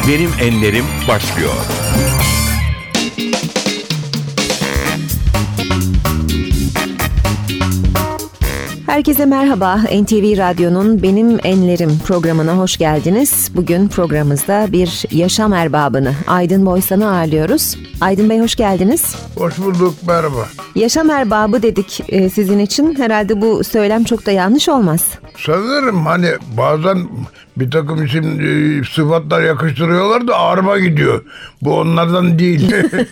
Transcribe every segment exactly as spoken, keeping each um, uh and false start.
Benim Enlerim başlıyor. Herkese merhaba. N T V Radyo'nun Benim Enlerim programına hoş geldiniz. Bugün programımızda bir yaşam erbabını, Aydın Boysan'ı ağırlıyoruz. Aydın Bey hoş geldiniz. Hoş bulduk, merhaba. Yaşam erbabı dedik e, sizin için. Herhalde bu söylem çok da yanlış olmaz. Sanırım hani bazen bir takım isim e, sıfatlar yakıştırıyorlar da ağrıma gidiyor. Bu onlardan değil.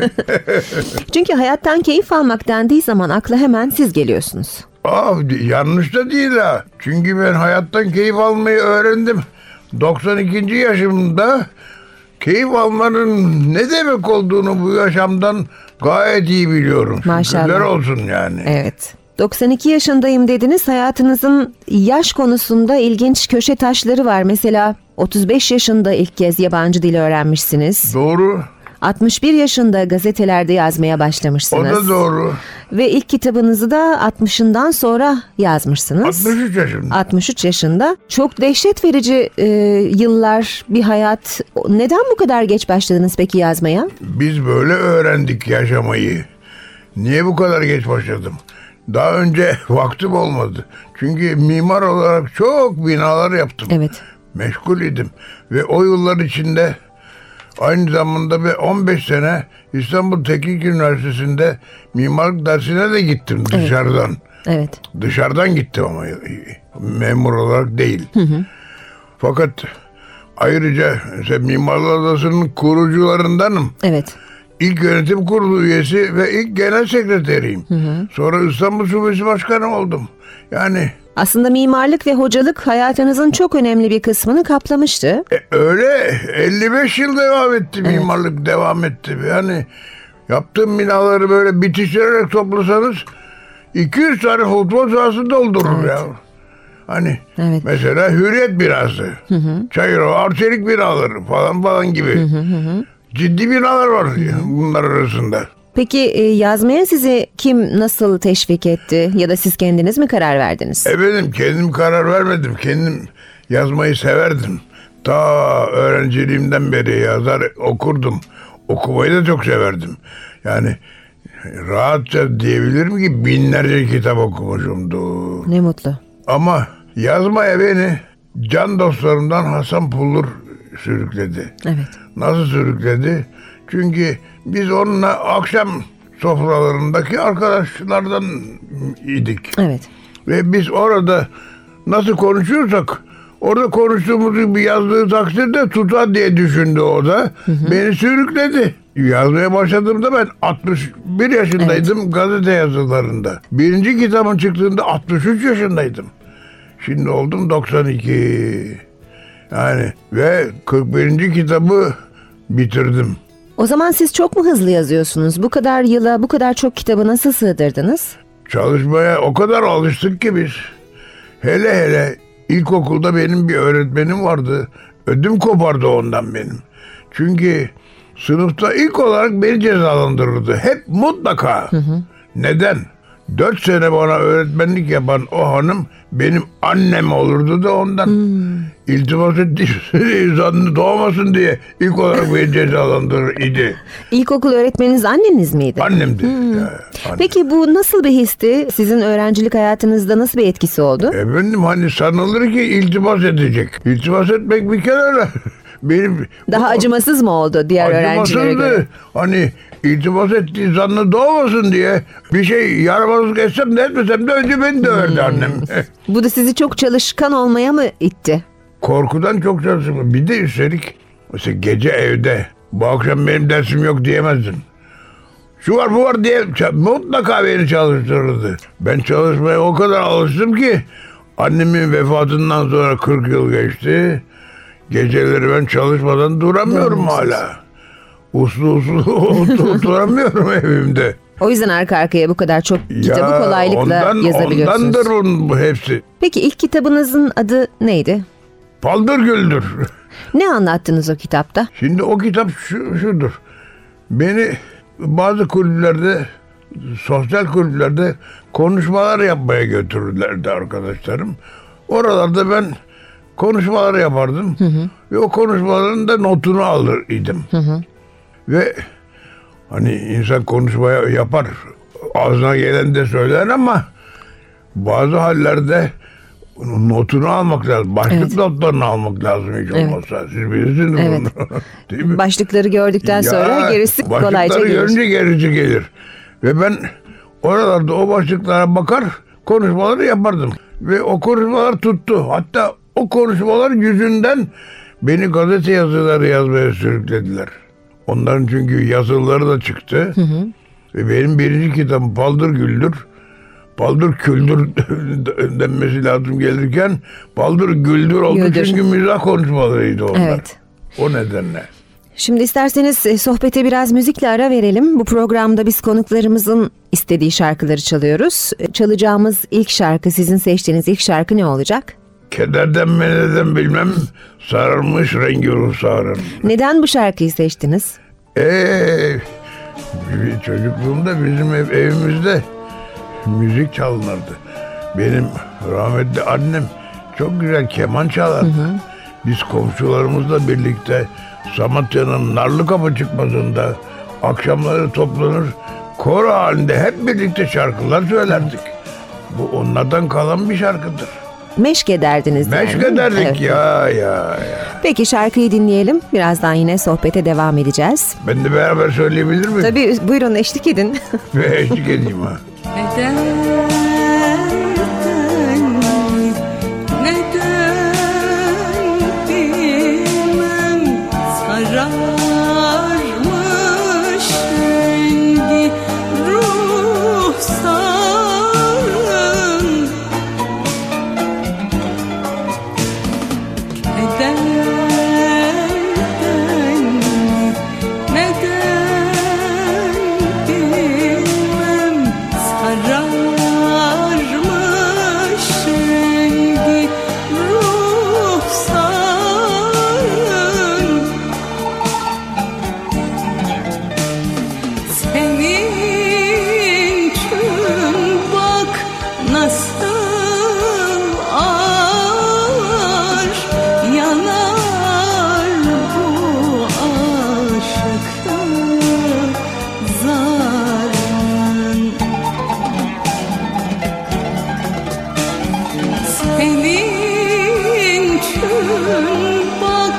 Çünkü hayattan keyif almak dendiği zaman akla hemen siz geliyorsunuz. Aa, yanlış da değil ha. Çünkü ben hayattan keyif almayı öğrendim. doksan ikinci yaşımda keyif almanın ne demek olduğunu bu yaşamdan gayet iyi biliyorum. Maşallah. Şükürler olsun yani. Evet. doksan iki yaşındayım dediniz. Hayatınızın yaş konusunda ilginç köşe taşları var. Mesela otuz beş yaşında ilk kez yabancı dil öğrenmişsiniz. Doğru. altmış bir yaşında gazetelerde yazmaya başlamışsınız. O da doğru. Ve ilk kitabınızı da altmışından sonra yazmışsınız. altmış üç yaşında. altmış üç yaşında. Çok dehşet verici e, yıllar, bir hayat. Neden bu kadar geç başladınız peki yazmaya? Biz böyle öğrendik yaşamayı. Niye bu kadar geç başladım? Daha önce vaktim olmadı. Çünkü mimar olarak çok binalar yaptım. Evet. Meşgul idim. Ve o yıllar içinde aynı zamanda bir on beş sene İstanbul Teknik Üniversitesi'nde mimarlık dersine de gittim dışarıdan. Evet. Dışarıdan gittim ama memur olarak değil. Hı hı. Fakat ayrıca mesela Mimarlar Odası'nın kurucularındanım. Evet. İlk yönetim kurulu üyesi ve ilk genel sekreteriyim. Hı hı. Sonra İstanbul Şubesi Başkanı oldum. Yani aslında mimarlık ve hocalık hayatınızın çok önemli bir kısmını kaplamıştı. E, öyle elli beş yıl devam etti, Evet. mimarlık devam etti. Yani yaptığım binaları böyle bitiştirerek toplasanız iki yüz tane futbol sahası doldurur Evet. ya. Hani Evet. mesela Hürriyet binası, hı hı. Çayırova, Arçelik binaları falan falan gibi. Hı hı hı. Ciddi binalar var hı hı. bunlar arasında. Peki e, yazmaya sizi kim nasıl teşvik etti ya da siz kendiniz mi karar verdiniz? Efendim kendim karar vermedim. Kendim yazmayı severdim. Ta öğrenciliğimden beri yazar okurdum. Okumayı da çok severdim. Yani rahatça diyebilirim ki binlerce kitap okumuşumdur. Ne mutlu. Ama yazmaya beni can dostlarımdan Hasan Pullur sürükledi. Evet. Nasıl sürükledi? Çünkü biz onunla akşam sofralarındaki arkadaşlardan idik. Evet. Ve biz orada nasıl konuşuyorsak orada konuştuğumuz gibi yazdığı takdirde tutar diye düşündü o da. Hı hı. Beni sürükledi. Yazmaya başladığımda ben altmış bir yaşındaydım, evet. Gazete yazılarında. Birinci kitabın çıktığında altmış üç yaşındaydım. Şimdi oldum doksan iki. Yani ve kırk birinci kitabı bitirdim. O zaman siz çok mu hızlı yazıyorsunuz? Bu kadar yıla, bu kadar çok kitabı nasıl sığdırdınız? Çalışmaya o kadar alıştık ki biz. Hele hele ilkokulda benim bir öğretmenim vardı. Ödüm kopardı ondan benim. Çünkü sınıfta ilk olarak beni cezalandırırdı. Hep mutlaka. Hı hı. Neden? Dört sene bana öğretmenlik yapan o hanım benim annem olurdu da ondan. Hmm. İltimas ettiği zannı doğmasın diye ilk olarak beni cezalandırır idi. İlkokul öğretmeniniz anneniz miydi? Annemdi. Hmm. Ya, annem. Peki bu nasıl bir histi? Sizin öğrencilik hayatınızda nasıl bir etkisi oldu? Efendim hani sanılır ki iltimas edecek. İltimas etmek bir kenara. Benim daha acımasız mı oldu diğer öğrencilere göre? Hani iltimas ettiği zannı doğmasın diye bir şey yaramazlık etsem de etmesem de önce beni döverdi hmm. annem. Bu da sizi çok çalışkan olmaya mı itti? Korkudan çok çalıştım. Bir de üstelik mesela gece evde bu akşam benim dersim yok diyemezdim. Şu var bu var diye mutlaka beni çalıştırırdı. Ben çalışmaya o kadar alıştım ki annemin vefatından sonra kırk yıl geçti. Geceleri ben çalışmadan duramıyorum hala. Uslu uslu oturamıyorum evimde. O yüzden arka arkaya bu kadar çok kitabı ya, kolaylıkla ondan, yazabiliyorsunuz. Ondandır onun hepsi. Peki ilk kitabınızın adı neydi? Paldır Güldür. Ne anlattınız o kitapta? Şimdi o kitap şu, şudur. Beni bazı kulüplerde, sosyal kulüplerde konuşmalar yapmaya götürürlerdi arkadaşlarım. Oralarda ben konuşmalar yapardım. Hı hı. Ve o konuşmaların da notunu alır idim. Hı hı. Ve hani insan konuşmaya yapar. Ağzına gelen de söyler ama bazı hallerde notunu almak lazım. Başlık evet. notlarını almak lazım hiç evet. olmazsa. Siz bilirsiniz evet. bunu. Değil mi? Başlıkları gördükten ya, sonra gerisi kolayca gelir. Başlıkları görünce gerisi gelir. Ve ben oralarda o başlıklara bakar konuşmaları yapardım. Ve o konuşmalar tuttu. Hatta o konuşmalar yüzünden beni gazete yazıları yazmaya sürüklediler. Onların çünkü yazıları da çıktı. Hı hı. Ve benim birinci kitabım Paldır Güldür. Paldır Küldür denmesi lazım gelirken Paldır Güldür oldu Güldür. Çünkü mizah konuşmalarıydı onlar. Evet. O nedenle. Şimdi isterseniz sohbete biraz müzikle ara verelim. Bu programda biz konuklarımızın istediği şarkıları çalıyoruz. Çalacağımız ilk şarkı, sizin seçtiğiniz ilk şarkı ne olacak? Kederden mi neden bilmem, sararmış rengi ruhsarın. Neden bu şarkıyı seçtiniz? Eee çocukluğumda bizim ev, evimizde müzik çalınırdı. Benim rahmetli annem çok güzel keman çalardı. Hı hı. Biz komşularımızla birlikte Samatya'nın Narlıkapı çıkmasında akşamları toplanır, koro halinde hep birlikte şarkılar söylerdik. Bu onlardan kalan bir şarkıdır. Meşk ederdiniz yani. Meşk ederdik evet. ya ya ya. Peki şarkıyı dinleyelim. Birazdan yine sohbete devam edeceğiz. Ben de beraber söyleyebilir miyim? Tabii, buyurun eşlik edin. Ve eşlik edeyim ha. Neden, neden bilmem sararmış rengi ruhsarın. Neden, neden bilmem sararmış rengi ruhsarın. Senin için bak nasıl ağır yanar bu aşkın zarın. Senin için bak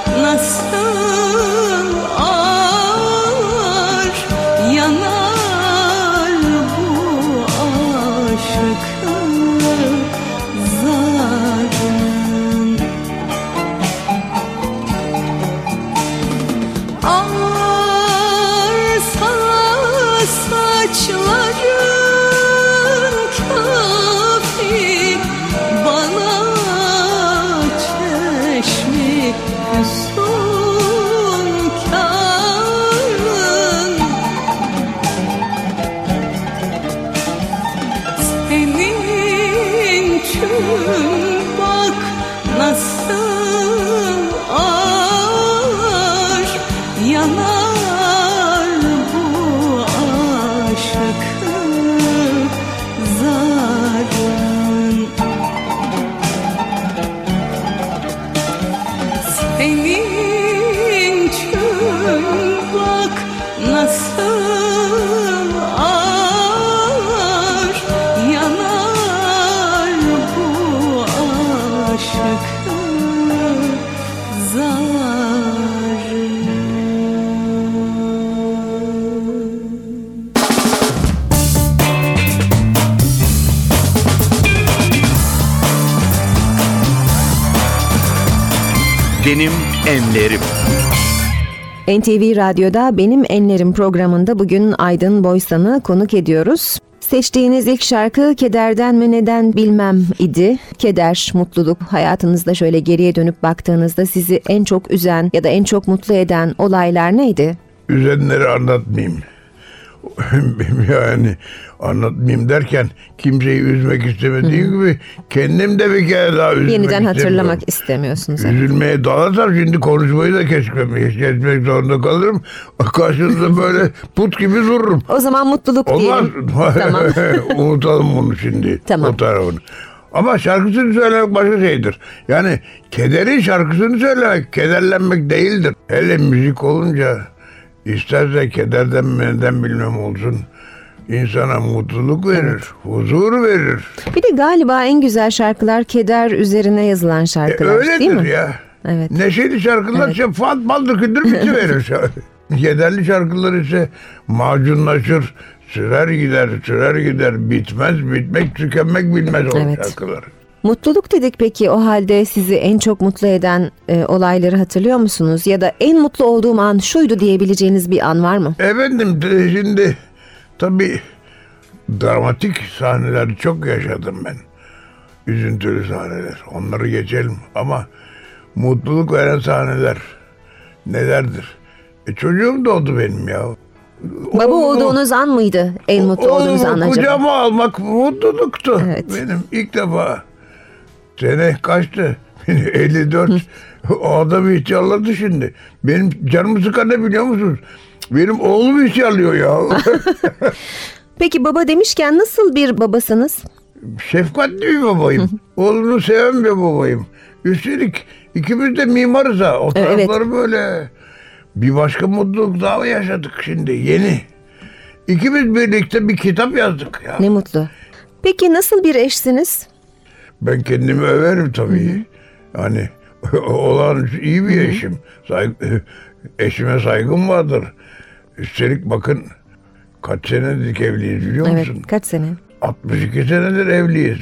nasıl ağır yanar bu aşkın zarın. Arsa saçların kafi bana çeşmi füsunkarın. Senin için bak nasıl ağır yanar bu aşkın zarın. Senin için bak nasıl ağır yanar bu aşkın zarın. Benim Enlerim. N T V Radyo'da Benim Enlerim programında bugün Aydın Boysan'ı konuk ediyoruz. Seçtiğiniz ilk şarkı Kederden mi neden bilmem idi. Keder, mutluluk, hayatınızda şöyle geriye dönüp baktığınızda sizi en çok üzen ya da en çok mutlu eden olaylar neydi? Üzenleri anlatmayayım. Yani anlatmayayım derken kimseyi üzmek istemediğim gibi kendim de bir kere daha üzülmek Yeniden hatırlamak istemiyorum. istemiyorsunuz. Üzülmeye dalarsam şimdi konuşmayı da kesmem, kesmek zorunda kalırım. Karşınızda böyle put gibi dururum. O zaman mutluluk Olmaz. diyelim. Tamam. Unutalım bunu şimdi. Tamam. O tarafını. Ama şarkısını söylemek başka şeydir. Yani kederin şarkısını söylemek kederlenmek değildir. Hele müzik olunca isterse kederden neden bilmem olsun insana mutluluk verir, huzur verir. Bir de galiba en güzel şarkılar keder üzerine yazılan E, şarkılar, değil öyledir mi? ya. Evet. Neşeli şarkılar Evet. ise fat baldır küldür bitiverir. Kederli şarkılar ise macunlaşır, sürer gider, sürer gider, bitmez, bitmek, tükenmek bilmez o Evet. şarkılar. Mutluluk dedik, peki o halde sizi en çok mutlu eden e, olayları hatırlıyor musunuz? Ya da en mutlu olduğum an şuydu diyebileceğiniz bir an var mı? Efendim de- şimdi tabii dramatik sahneleri çok yaşadım ben. Üzüntülü sahneler. Onları geçelim ama mutluluk veren sahneler nelerdir? E, çocuğum doğdu benim ya. Baba Oğlumu- olduğunuz an mıydı en mutlu olduğunuz an Oğlumu acaba? kucağıma almak mutluluktu. Evet. Benim ilk defa. Sene kaçtı? elli dört. O adam ihtiyarladı şimdi. Benim canımı sıkan ne biliyor musunuz? Benim oğlum ihtiyarlıyor ya. Peki baba demişken nasıl bir babasınız? Şefkatli bir babayım. Oğlunu seven bir babayım. Üstelik ikimiz de mimarız ha. O Evet. tarafları böyle. Bir başka mutluluk daha yaşadık şimdi. Yeni. İkimiz birlikte bir kitap yazdık ya. Ne mutlu. Peki nasıl bir eşsiniz? Ben kendimi överim tabii. Yani olağanüstü iyi bir eşim. Saygı, eşime saygım vardır. Üstelik bakın kaç senedir evliyiz biliyor Evet, musun? kaç sene? altmış iki senedir evliyiz.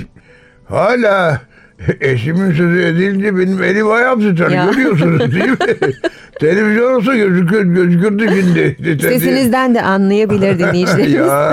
Hala eşimin sözü edilince benim elim ayağım titrer. Ya. Görüyorsunuz değil mi? Televizyon olsa gözükür, gözükürdü şimdi. Sesinizden de anlayabilir dinleyicilerimiz. Ya.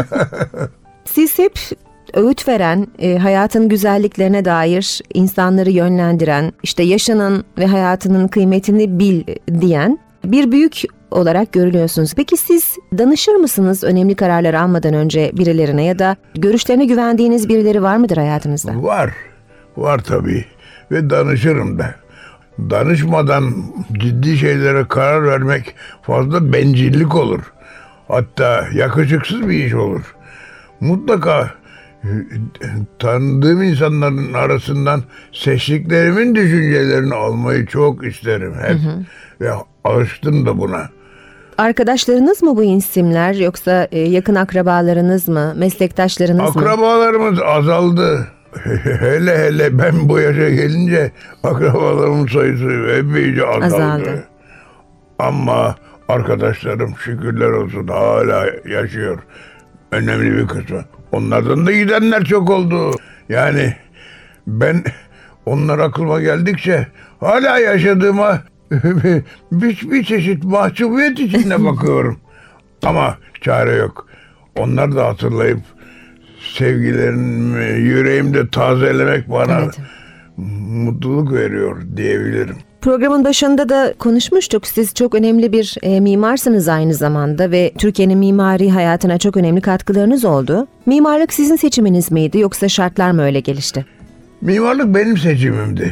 Siz hep öğüt veren, e, hayatın güzelliklerine dair insanları yönlendiren, işte yaşının ve hayatının kıymetini bil diyen bir büyük olarak görülüyorsunuz. Peki siz danışır mısınız önemli kararlar almadan önce birilerine, ya da görüşlerine güvendiğiniz birileri var mıdır hayatınızda? Var. Var tabii. Ve danışırım da. Danışmadan ciddi şeylere karar vermek fazla bencillik olur. Hatta yakışıksız bir iş olur. Mutlaka e, tanıdığım insanların arasından seçtiklerimin düşüncelerini almayı çok isterim hep. Ve alıştım da buna. Arkadaşlarınız mı bu isimler, yoksa e, yakın akrabalarınız mı, meslektaşlarınız mı? Akrabalarımız azaldı. Hele hele ben bu yaşa gelince akrabalarımın sayısı epeyce azaldı. Azaldı. Ama arkadaşlarım şükürler olsun hala yaşıyor. Önemli bir kısmı. Onlardan da gidenler çok oldu. Yani ben onlar aklıma geldikçe hala yaşadığıma bir, bir çeşit mahcubiyet içinde bakıyorum. Ama çare yok. Onlar da hatırlayıp sevgilerimi yüreğimde tazelemek bana Evet. mutluluk veriyor diyebilirim. Programın başında da konuşmuştuk. Siz çok önemli bir e, mimarsınız aynı zamanda ve Türkiye'nin mimari hayatına çok önemli katkılarınız oldu. Mimarlık sizin seçiminiz miydi, yoksa şartlar mı öyle gelişti? Mimarlık benim seçimimdi.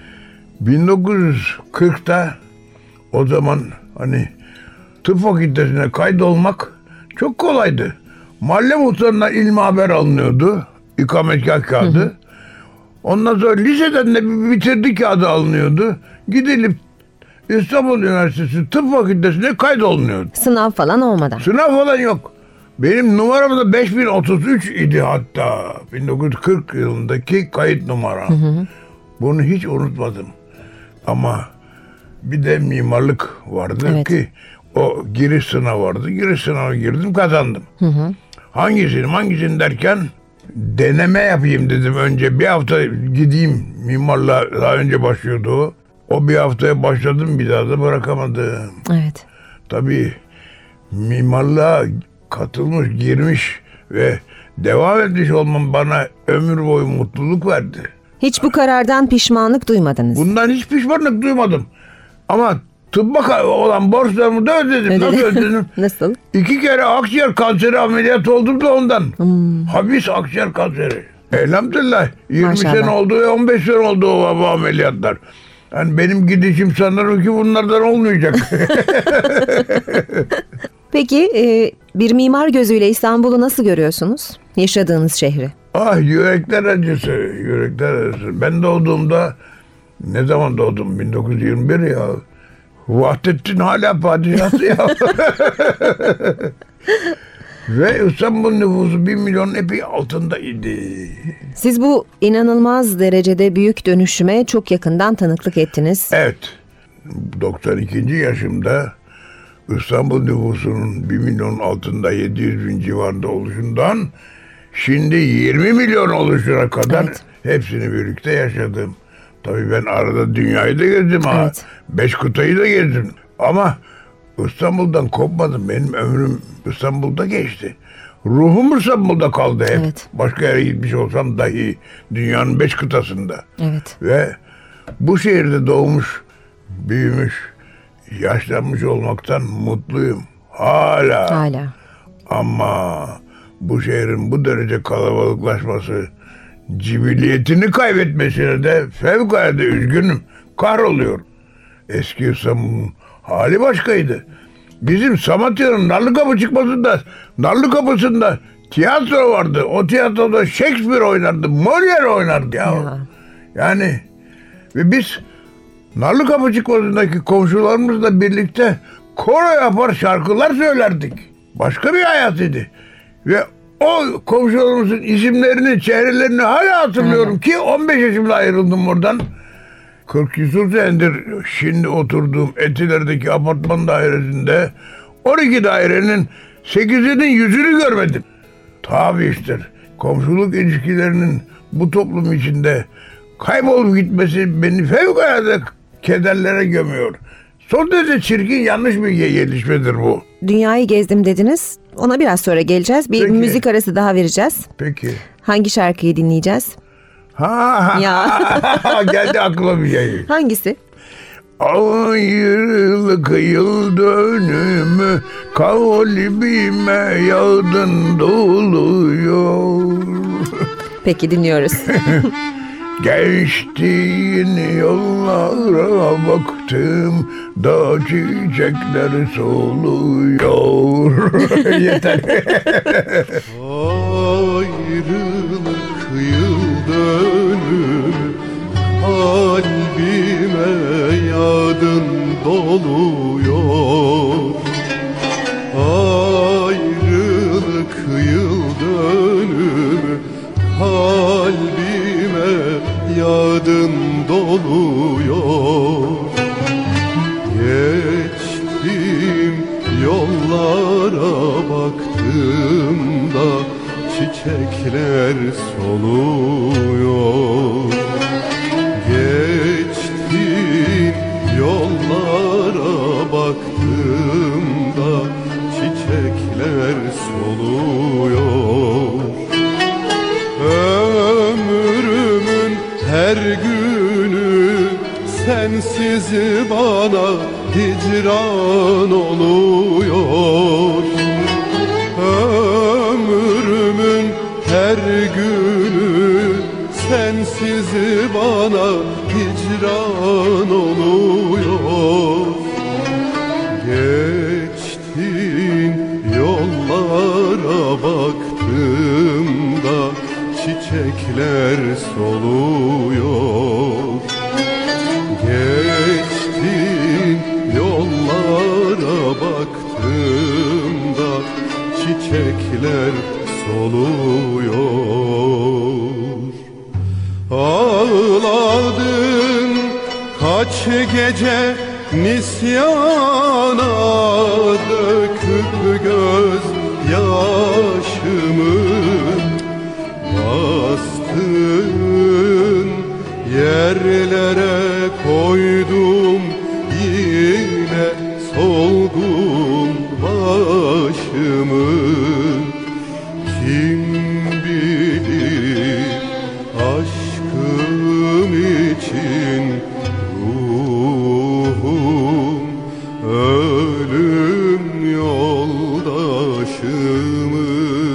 bin dokuz yüz kırkta o zaman hani tıp fakültesine kaydolmak çok kolaydı. Mahalle muhtarına ilmi haber alınıyordu. İkametgah kağıdı. Hı hı. Ondan sonra liseden de bir bitirdi kağıdı alınıyordu. Gidilip İstanbul Üniversitesi Tıp Fakültesine kaydolunuyordu. Sınav falan olmadan. Sınav falan yok. Benim numaram da beş bin otuz üç idi hatta. bin dokuz yüz kırk yılındaki kayıt numaram. Hı hı. Bunu hiç unutmadım. Ama bir de mimarlık vardı Evet. ki o giriş sınavı vardı. Giriş sınavına girdim, kazandım. Hı hı. Hangisini hangisini derken deneme yapayım dedim önce. Bir hafta gideyim, mimarlığa daha önce başlıyordu o. O bir haftaya başladım, bir daha da bırakamadım. Evet. Tabii mimarlığa katılmış, girmiş ve devam etmiş olmam bana ömür boyu mutluluk verdi. Hiç bu karardan pişmanlık duymadınız. Bundan hiç pişmanlık duymadım. Ama tıbba olan borçlarımı da ödedim. Ödedim. Nasıl ödedim? Nasıl? İki kere akciğer kanseri ameliyat oldum da ondan. Hmm. Habis akciğer kanseri. Elhamdülillah. yirmi Maşallah. sene oldu ve on beş sene oldu o bu ameliyatlar. Yani benim gidişim sanırım ki bunlardan olmayacak. Peki e, bir mimar gözüyle İstanbul'u nasıl görüyorsunuz? Yaşadığınız şehri. Ah, yürekler acısı, yürekler acısı. Ben doğduğumda, ne zaman doğdum? bin dokuz yüz yirmi bir ya. Vahdettin hala padişahı ya. Ve İstanbul nüfusu bir milyon epey altındaydı. Siz bu inanılmaz derecede büyük dönüşüme çok yakından tanıklık ettiniz. Evet. doksan ikinci yaşımda İstanbul nüfusunun bir milyon altında yedi yüz bin civarında oluşundan şimdi yirmi milyon oluşuna kadar Evet. hepsini birlikte yaşadım. Tabii ben arada dünyayı da gezdim ha. Evet. Beş kıtayı da gezdim. Ama İstanbul'dan kopmadım. Benim ömrüm İstanbul'da geçti. Ruhum İstanbul'da kaldı hep. Evet. Başka yere gitmiş olsam dahi dünyanın beş kıtasında. Evet. Ve bu şehirde doğmuş, büyümüş, yaşlanmış olmaktan mutluyum. Hala. Hala. Ama bu şehrin bu derece kalabalıklaşması, cibilliyetini kaybetmesine de fevkalade üzgünüm. Kahroluyorum. Eski İstanbul'un hali başkaydı. Bizim Samatya'nın Narlıkapı çıkmasında, Narlıkapı'sında tiyatro vardı. O tiyatroda Shakespeare oynardı, Molière oynardı ya. Ya. Yani ve biz Narlıkapı çıkmasındaki komşularımızla birlikte koro yapar şarkılar söylerdik. Başka bir hayatıydı. Ve o komşularımızın isimlerini, çehrelerini hala hatırlıyorum ki on beş yaşımda ayrıldım oradan. kırk küsur senedir şimdi oturduğum Etiler'deki apartman dairesinde on iki dairenin sekizinin yüzünü görmedim. Tabii işte komşuluk ilişkilerinin bu toplum içinde kaybolup gitmesi beni fevkalade kederlere gömüyor. Son derece çirkin, yanlış bir gelişmedir bu. Dünyayı gezdim dediniz. Ona biraz sonra geleceğiz. Bir Peki. müzik arası daha vereceğiz. Peki. Hangi şarkıyı dinleyeceğiz? Ha, ha, Ya. geldi aklıma bir şey. Hangisi? Ayrılık yıl dönümü kalbime yağdın doluyor. Peki, dinliyoruz. Geçtiğin yollara baktım da çiçekler soluyor. Yeter. Ayrılık yıl dönümü kalbime yağdın doluyor. Ayrılık yıl dönümü kalbime yağdın doluyor. Geçtim yollara baktığımda çiçekler soluyor. Geçtim yollara baktığımda çiçekler soluyor. Ömrümün her günü sensiz bana hicran oluyor. Ömrümün her günü sensiz bana hicran oluyor. Geçtiğin yollara baktığımda çiçekler soluyor. Geçtiğin yollara baktığımda çiçekler soluyor. Ağladın kaç gece nisyana, döküp göz yaşımı. Bastın yerlere koydum yine solgun başımı. Kim bilir aşkım için ruhum ölüm yoldaşımı.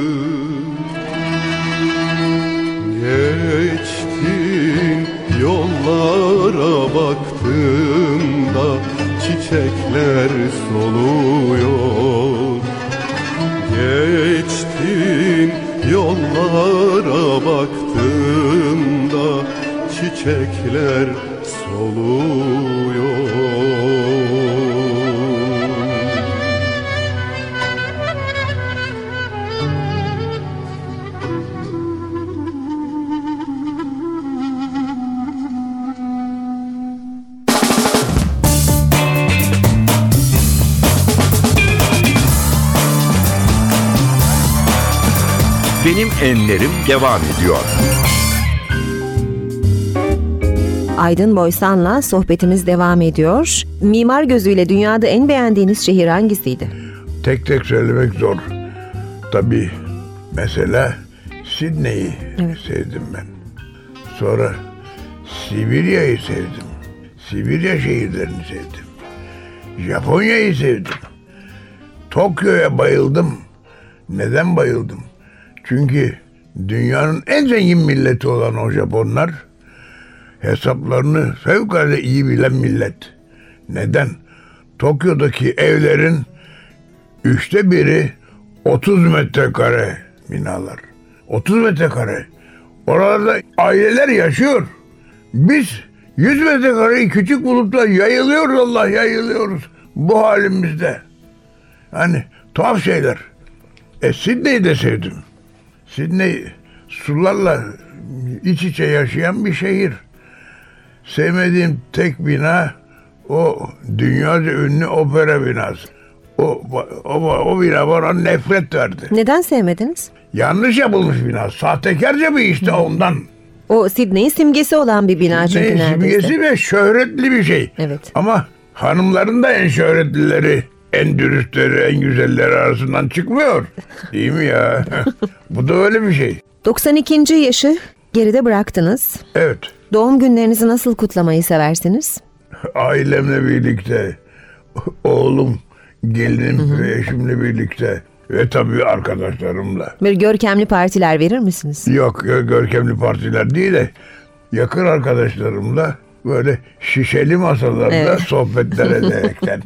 Geçtin yollara baktığımda çiçekler soluyor. Geçtin yollara yollara baktığımda çiçekler soluyor. Benim Enlerim devam ediyor. Aydın Boysan'la sohbetimiz devam ediyor. Mimar gözüyle dünyada en beğendiğiniz şehir hangisiydi? Tek tek söylemek zor. Tabii mesela Sidney'i Evet. sevdim ben. Sonra Sibirya'yı sevdim. Sibirya şehirlerini sevdim. Japonya'yı sevdim. Tokyo'ya bayıldım. Neden bayıldım? Çünkü dünyanın en zengin milleti olan o Japonlar hesaplarını fevkalade iyi bilen millet. Neden? Tokyo'daki evlerin üçte biri otuz metrekare binalar. otuz metrekare. Oralarda aileler yaşıyor. Biz yüz metrekareyi küçük bulup da yayılıyoruz, Allah yayılıyoruz bu halimizde. Hani tuhaf şeyler. E Sidney'i de sevdim. Sidney sularla iç içe yaşayan bir şehir. Sevmediğim tek bina o dünyaca ünlü opera binası. O, o, o bina bana nefret verdi. Neden sevmediniz? Yanlış yapılmış bina. Sahtekarca bir işte ondan. O Sidney'in simgesi olan bir bina çünkü Ne neredeyse. simgesi ve şöhretli bir şey. Evet. Ama hanımların da en şöhretlileri, en dürüstleri, en güzelleri arasından çıkmıyor. Değil mi ya? Bu da öyle bir şey. doksan ikinci yaşı geride bıraktınız. Evet. Doğum günlerinizi nasıl kutlamayı seversiniz? Ailemle birlikte, oğlum, gelinim ve eşimle birlikte ve tabii arkadaşlarımla. Bir görkemli partiler verir misiniz? Yok, gö- görkemli partiler değil de yakın arkadaşlarımla böyle şişeli masalarda Evet. sohbetler ederekten.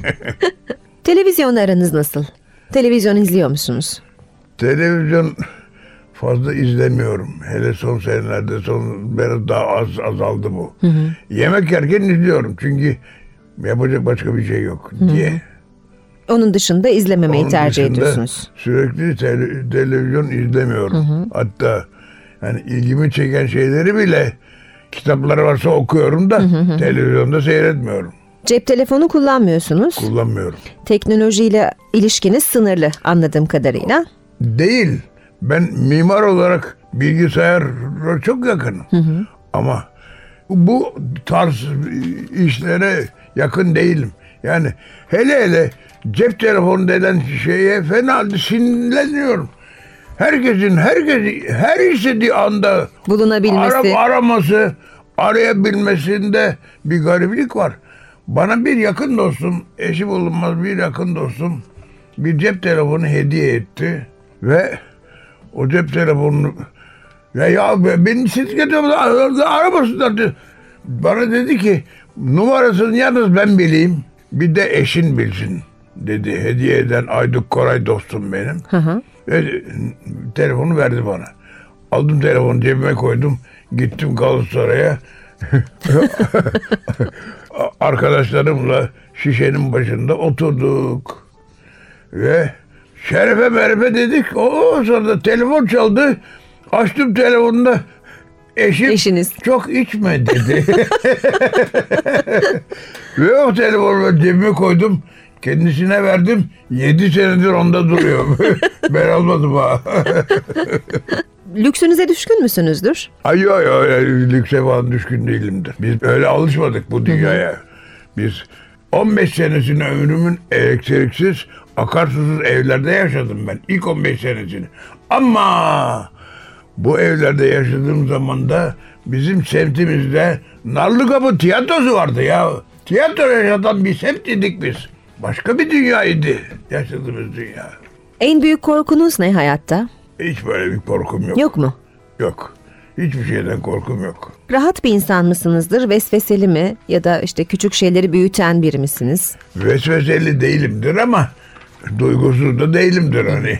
Televizyonla aranız nasıl? Televizyon izliyor musunuz? Televizyon fazla izlemiyorum. Hele son senelerde son biraz daha az azaldı bu. Yemek yerken izliyorum çünkü yapacak başka bir şey yok diye. Onun dışında izlememeyi Onun tercih dışında ediyorsunuz. Sürekli tele- televizyon izlemiyorum. Hatta yani ilgimi çeken şeyleri bile kitapları varsa okuyorum da televizyonda seyretmiyorum. Cep telefonu kullanmıyorsunuz. Kullanmıyorum. Teknolojiyle ilişkiniz sınırlı anladığım kadarıyla. Değil. Ben mimar olarak bilgisayara çok yakınım. Ama bu tarz işlere yakın değilim. Yani hele hele cep telefonu denen şeye fena sinirleniyorum. Herkesin herkesi her istediği anda Bulunabilmesi. ara- araması, arayabilmesinde bir gariplik var. Bana bir yakın dostum, eşi bulunmaz bir yakın dostum bir cep telefonu hediye etti ve o cep telefonunu ya, ya beni şirkete aramasınlar dedi. Bana dedi ki numarasını yalnız ben bileyim bir de eşin bilsin dedi. Hediye eden Ayduk Koray dostum benim. Hı hı. Ve telefonu verdi bana. Aldım telefonu cebime koydum. Gittim Galatasaray'a. Arkadaşlarımla şişenin başında oturduk. Ve şerefe merefe dedik. O sırada telefon çaldı. Açtım telefonda. Eşim Eşiniz. çok içme dedi. Ve o telefonu cebime koydum. Kendisine verdim. Yedi senedir onda duruyor. Ben almadım ha. Lüksünüze düşkün müsünüzdür? Ay yok yok lükse falan düşkün değilimdir. Biz öyle alışmadık bu dünyaya. Biz on beş senesini ömrümün elektriksiz, akarsusuz evlerde yaşadım ben. İlk on beş senesini. Ama bu evlerde yaşadığım zaman da bizim semtimizde Narlıkapı tiyatrosu vardı ya. Tiyatro yaşatan bir semtiydik biz. Başka bir dünyaydı yaşadığımız dünya. En büyük korkunuz ne hayatta? Hiç böyle bir korkum yok. Yok mu? Yok. Hiçbir şeyden korkum yok. Rahat bir insan mısınızdır? Vesveseli mi? Ya da işte küçük şeyleri büyüten biri misiniz? Vesveseli değilimdir ama duygusuz da değilimdir hani.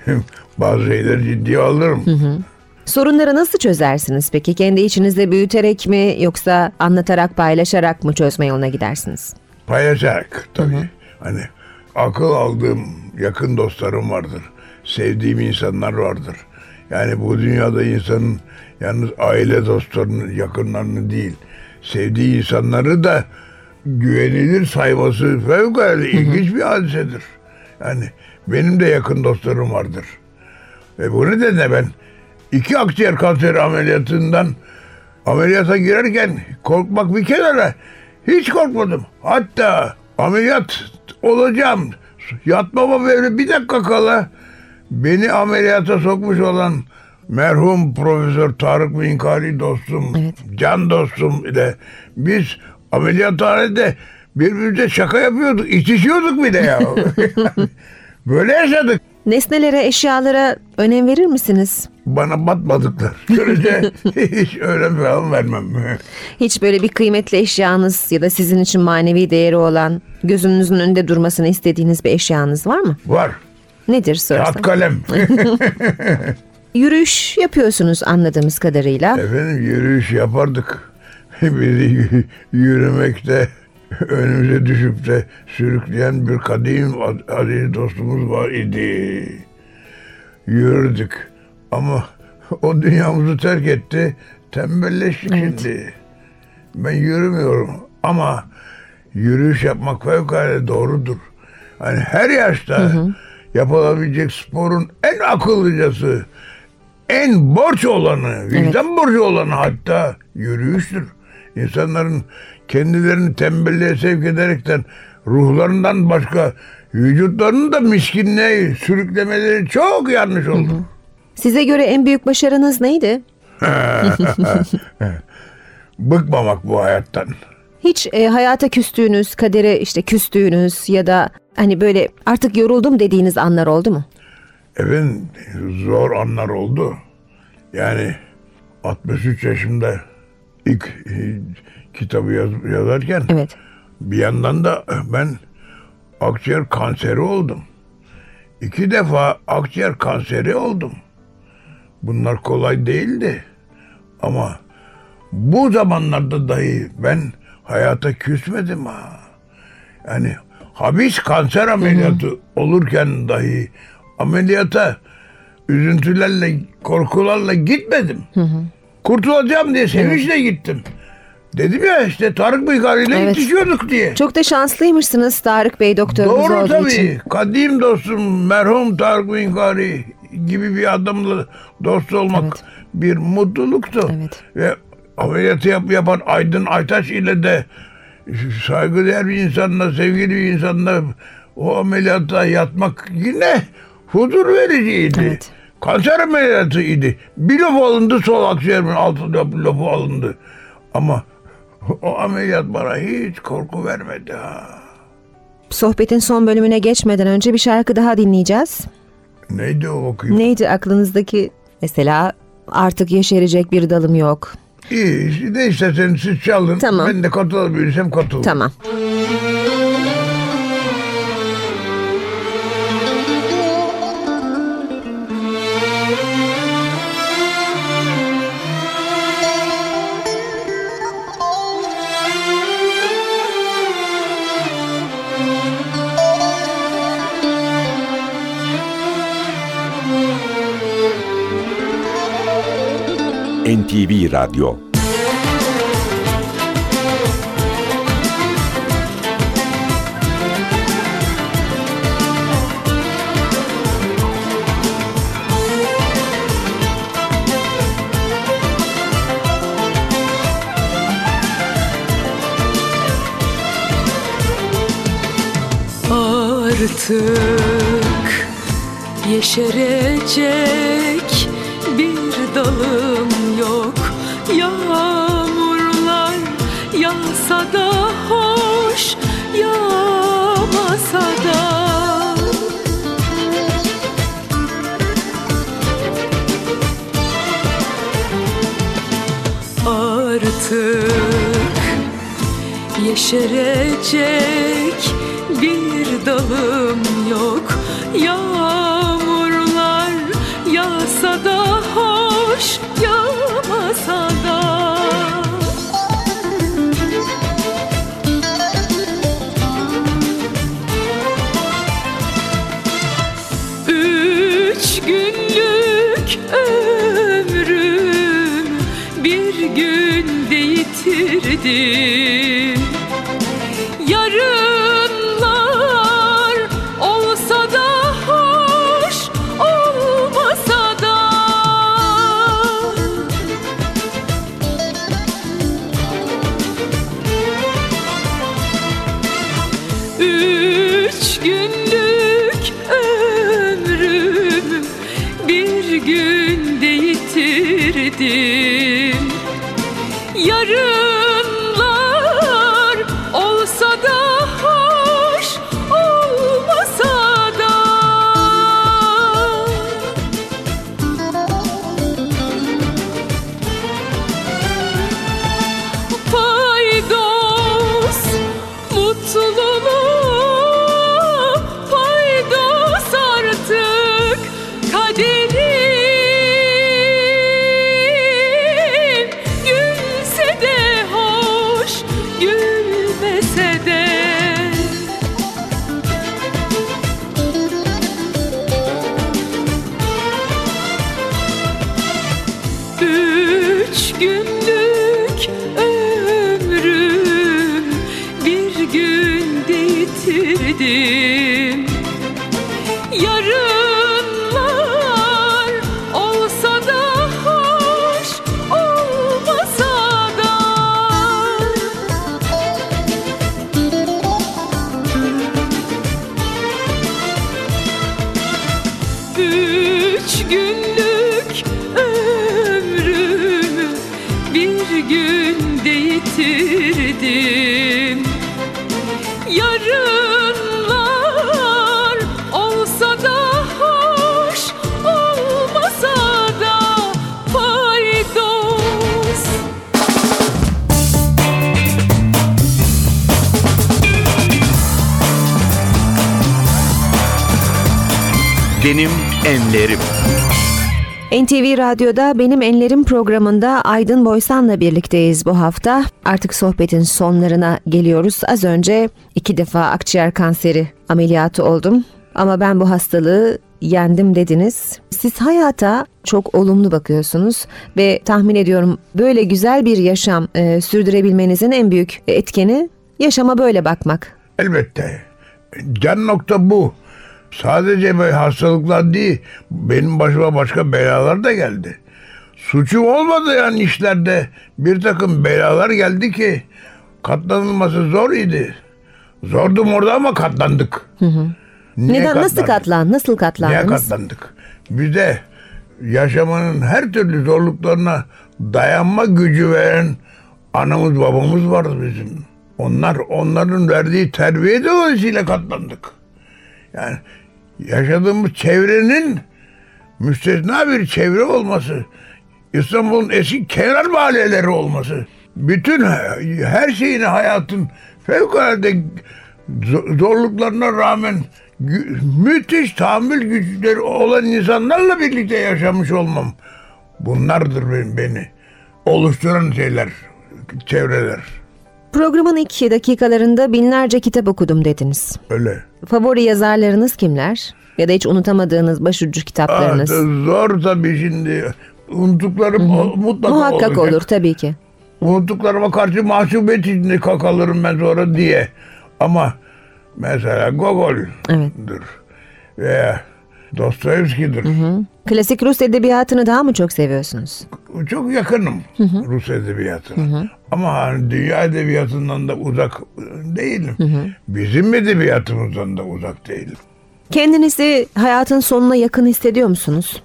bazı şeyleri ciddiye alırım. Sorunları nasıl çözersiniz peki? Kendi içinizde büyüterek mi yoksa anlatarak, paylaşarak mı çözme yoluna gidersiniz? Paylaşarak tabii. Hani akıl aldığım yakın dostlarım vardır. Sevdiğim insanlar vardır. Yani bu dünyada insanın yalnız aile dostlarını, yakınlarını değil, sevdiği insanları da güvenilir sayması fevkalade ilginç bir hadisedir. Yani benim de yakın dostlarım vardır. Ve bu nedenle ben iki akciğer kanseri ameliyatından ameliyata girerken korkmak bir kenara hiç korkmadım. Hatta ameliyat olacağım. Yatmama böyle bir dakika kala beni ameliyata sokmuş olan merhum Profesör Tarık Minkari dostum, Evet. can dostum ile biz ameliyathanede birbirimize şaka yapıyorduk, itişiyorduk bile ya. Böyle yaşadık. Nesnelere, eşyalara önem verir misiniz? Bana batmadıklar. Görece hiç önem falan vermem. Hiç böyle bir kıymetli eşyanız ya da sizin için manevi değeri olan, gözünüzün önünde durmasını istediğiniz bir eşyanız var mı? Var. Nedir sorsam? Kağıt kalem. Yürüyüş yapıyorsunuz anladığımız kadarıyla. Efendim yürüyüş yapardık. Bizi yürümekte önümüze düşüp de sürükleyen bir kadim aziz dostumuz var idi. Yürürdük. Ama o dünyamızı terk etti. Tembelleştik Evet. şimdi. Ben yürümüyorum ama yürüyüş yapmak fevkalade doğrudur. Yani her yaşta hı hı. yapılabilecek sporun en akıllıcası, en borç olanı, vicdan evet. borcu olanı hatta yürüyüştür. İnsanların kendilerini tembelliğe sevk ederekten ruhlarından başka vücutlarını da miskinliğe sürüklemeleri çok yanlış olur. Hı hı. Size göre en büyük başarınız neydi? Bıkmamak bu hayattan. Hiç e, hayata küstüğünüz, kadere işte küstüğünüz ya da hani böyle artık yoruldum dediğiniz anlar oldu mu? Evet, zor anlar oldu. Yani altmış üç yaşımda ilk e, kitabı yaz, yazarken evet. bir yandan da ben akciğer kanseri oldum. İki defa akciğer kanseri oldum. Bunlar kolay değildi. Ama bu zamanlarda dahi ben hayata küsmedim ha. Yani habis kanser ameliyatı hı hı. olurken dahi ameliyata üzüntülerle, korkularla gitmedim. Hı hı. Kurtulacağım diye sevinçle evet. gittim. Dedim ya işte Tarık Minkari ile evet. yetişiyorduk diye. Çok da şanslıymışsınız Tarık Bey doktorunuz Doğru olduğu tabii. için. Kadim dostum merhum Tarık Minkari gibi bir adamla dost olmak evet. bir mutluluktu. Evet. Ve ameliyatı yap, yapan Aydın Aytaç ile de saygıdeğer bir insanla, sevgili bir insanla o ameliyatta yatmak yine huzur vericiydi. Evet. Kanser ameliyatıydı. Bir lobu alındı, sol akciğerimin altı lobu alındı. Ama o ameliyat bana hiç korku vermedi ha. Sohbetin son bölümüne geçmeden önce bir şarkı daha dinleyeceğiz. Neydi o okuyayım? Neydi aklınızdaki? Mesela artık yeşerecek bir dalım yok. İyi, ne isterseniz siz çalın. Tamam. Ben de katılabilirsem katılırım. Tamam. N T V Radyo. Artık yeşerecek bir dalım yok. Yağmurlar yağsa da hoş, yağmasa da. Artık yeşerecek bir dalım yok. Yağmurlar hoş, yağmasa da. Üç günlük ömrüm bir günde yitirdim. Yarınlar olsa da hoş, olmasa da. Üç günlük ömrüm bir günde yitirdim. Yarınlar olsa da hoş, olmasa da. Paydos mutluluğu, paydos artık kaderin. Gülse de hoş, gülmese de. Üç günlük ömrüm bir günde yitirdim. Yarınlar olsa da hoş, olmasa da. Üç günlük ömrümü bir günde yitirdim. Yarınlar olsa da hoş, olmasa da. Paydos. Benim Enlerim. N T V Radyo'da Benim Enlerim programında Aydın Boysan'la birlikteyiz bu hafta. Artık sohbetin sonlarına geliyoruz. Az önce iki defa akciğer kanseri ameliyatı oldum. Ama ben bu hastalığı yendim dediniz. Siz hayata çok olumlu bakıyorsunuz ve tahmin ediyorum böyle güzel bir yaşam e, sürdürebilmenizin en büyük etkeni yaşama böyle bakmak. Elbette. Can nokta bu. Sadece böyle hastalıklar değil, benim başıma başka belalar da geldi. Suçum olmadı yani işlerde. Bir takım belalar geldi ki katlanılması zor idi. Zordum orada ama katlandık. Hı hı. Neden? Katlandık? Nasıl katlan? Nasıl katlandınız? Niye katlandık? Bize yaşamanın her türlü zorluklarına dayanma gücü veren anamız babamız vardı bizim. Onlar onların verdiği terbiye dolayısıyla katlandık. Yani yaşadığımız çevrenin müstesna bir çevre olması, İstanbul'un eski kenar mahalleleri olması, bütün her şeyini hayatın fevkalade zorluklarına rağmen müthiş tahammül güçleri olan insanlarla birlikte yaşamış olmam. Bunlardır benim, beni oluşturan şeyler, çevreler. Programın ilk dakikalarında binlerce kitap okudum dediniz. Öyle. Favori yazarlarınız kimler? Ya da hiç unutamadığınız başucu kitaplarınız? Aa, zor tabii şimdi. Unuttuklarım Hı-hı. mutlaka Muhakkak olacak. olur tabii ki. Unuttuklarıma karşı mahcubiyet içinde kakalırım ben sonra diye. Ama mesela Gogol'dur. Evet. Veya Dostoyevski'dir. Hı hı. Klasik Rus edebiyatını daha mı çok seviyorsunuz? Çok yakınım hı hı. Rus edebiyatına. Hı hı. Ama hani dünya edebiyatından da uzak değilim. Hı hı. Bizim edebiyatımızdan da uzak değilim. Kendinizi hayatın sonuna yakın hissediyor musunuz?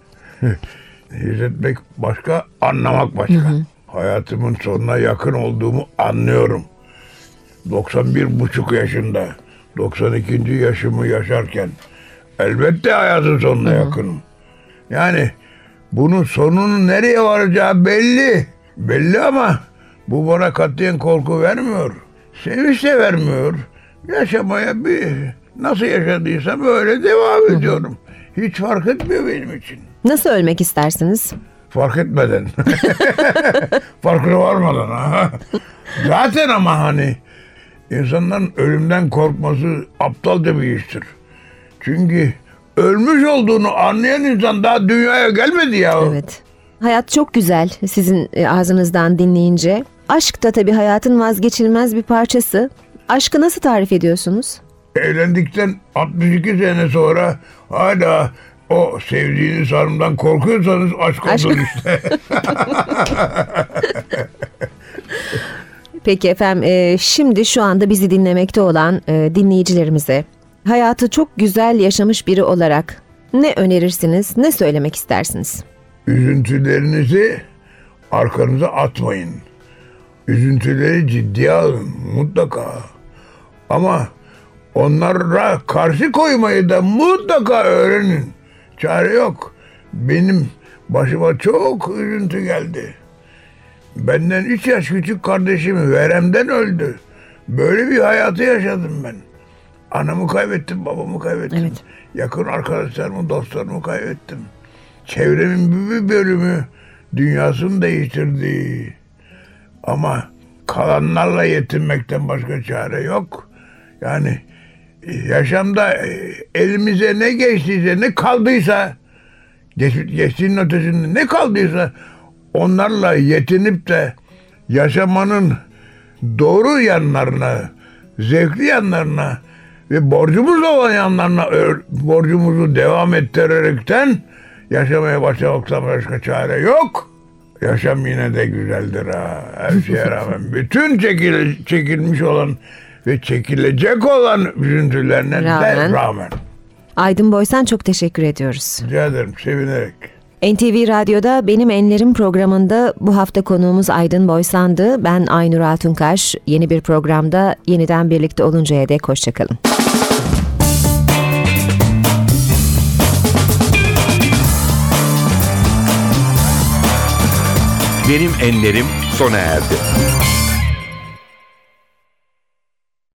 Hissetmek başka, anlamak başka. Hı hı. Hayatımın sonuna yakın olduğumu anlıyorum. doksan bir buçuk yaşında, doksan ikinci yaşımı yaşarken elbette hayatın sonuna hı hı. yakınım. Yani bunun sonunun nereye varacağı belli. Belli ama bu bana katiyen korku vermiyor. Sevinç de vermiyor. Yaşamaya bir nasıl yaşadıysam öyle devam ediyorum. Hiç fark etmiyor benim için. Nasıl ölmek istersiniz? Fark etmeden. Farkına varmadan. Ha. Zaten ama hani insanların ölümden korkması aptalca bir iştir. Çünkü ölmüş olduğunu anlayan insan daha dünyaya gelmedi ya. Evet. Hayat çok güzel sizin e, ağzınızdan dinleyince. Aşk da tabii hayatın vazgeçilmez bir parçası. Aşkı nasıl tarif ediyorsunuz? Evlendikten altmış iki sene sonra hala o sevdiğiniz hanımdan korkuyorsanız aşk Aşk- olur işte. Peki efendim, e, şimdi şu anda bizi dinlemekte olan e, dinleyicilerimize hayatı çok güzel yaşamış biri olarak ne önerirsiniz, ne söylemek istersiniz? Üzüntülerinizi arkanıza atmayın. Üzüntüleri ciddiye alın mutlaka. Ama onlara karşı koymayı da mutlaka öğrenin. Çare yok. Benim başıma çok üzüntü geldi. Benden üç yaş küçük kardeşim veremden öldü. Böyle bir hayatı yaşadım ben. Anamı kaybettim, babamı kaybettim. Evet. Yakın arkadaşlarımı, dostlarımı kaybettim. Çevremin bir bölümü dünyasını değiştirdi. Ama kalanlarla yetinmekten başka çare yok. Yani yaşamda elimize ne geçtiyse, ne kaldıysa, geç, geçtiğinin ötesinde ne kaldıysa onlarla yetinip de yaşamanın doğru yanlarına, zevkli yanlarına ve borcumuz olan yanlarına borcumuzu devam ettirerekten yaşamaya başlamaktan başka çare yok. Yaşam yine de güzeldir ha. Her şeye rağmen. Bütün çekil, çekilmiş olan ve çekilecek olan üzüntülerine Rağmen. de rağmen. Aydın Boysan, çok teşekkür ediyoruz. Rica ederim, sevinerek. N T V Radyo'da Benim Enlerim programında bu hafta konuğumuz Aydın Boysan'dı. Ben Aynur Altunkaş. Yeni bir programda yeniden birlikte oluncaya dek hoşçakalın. Benim Enlerim sona erdi.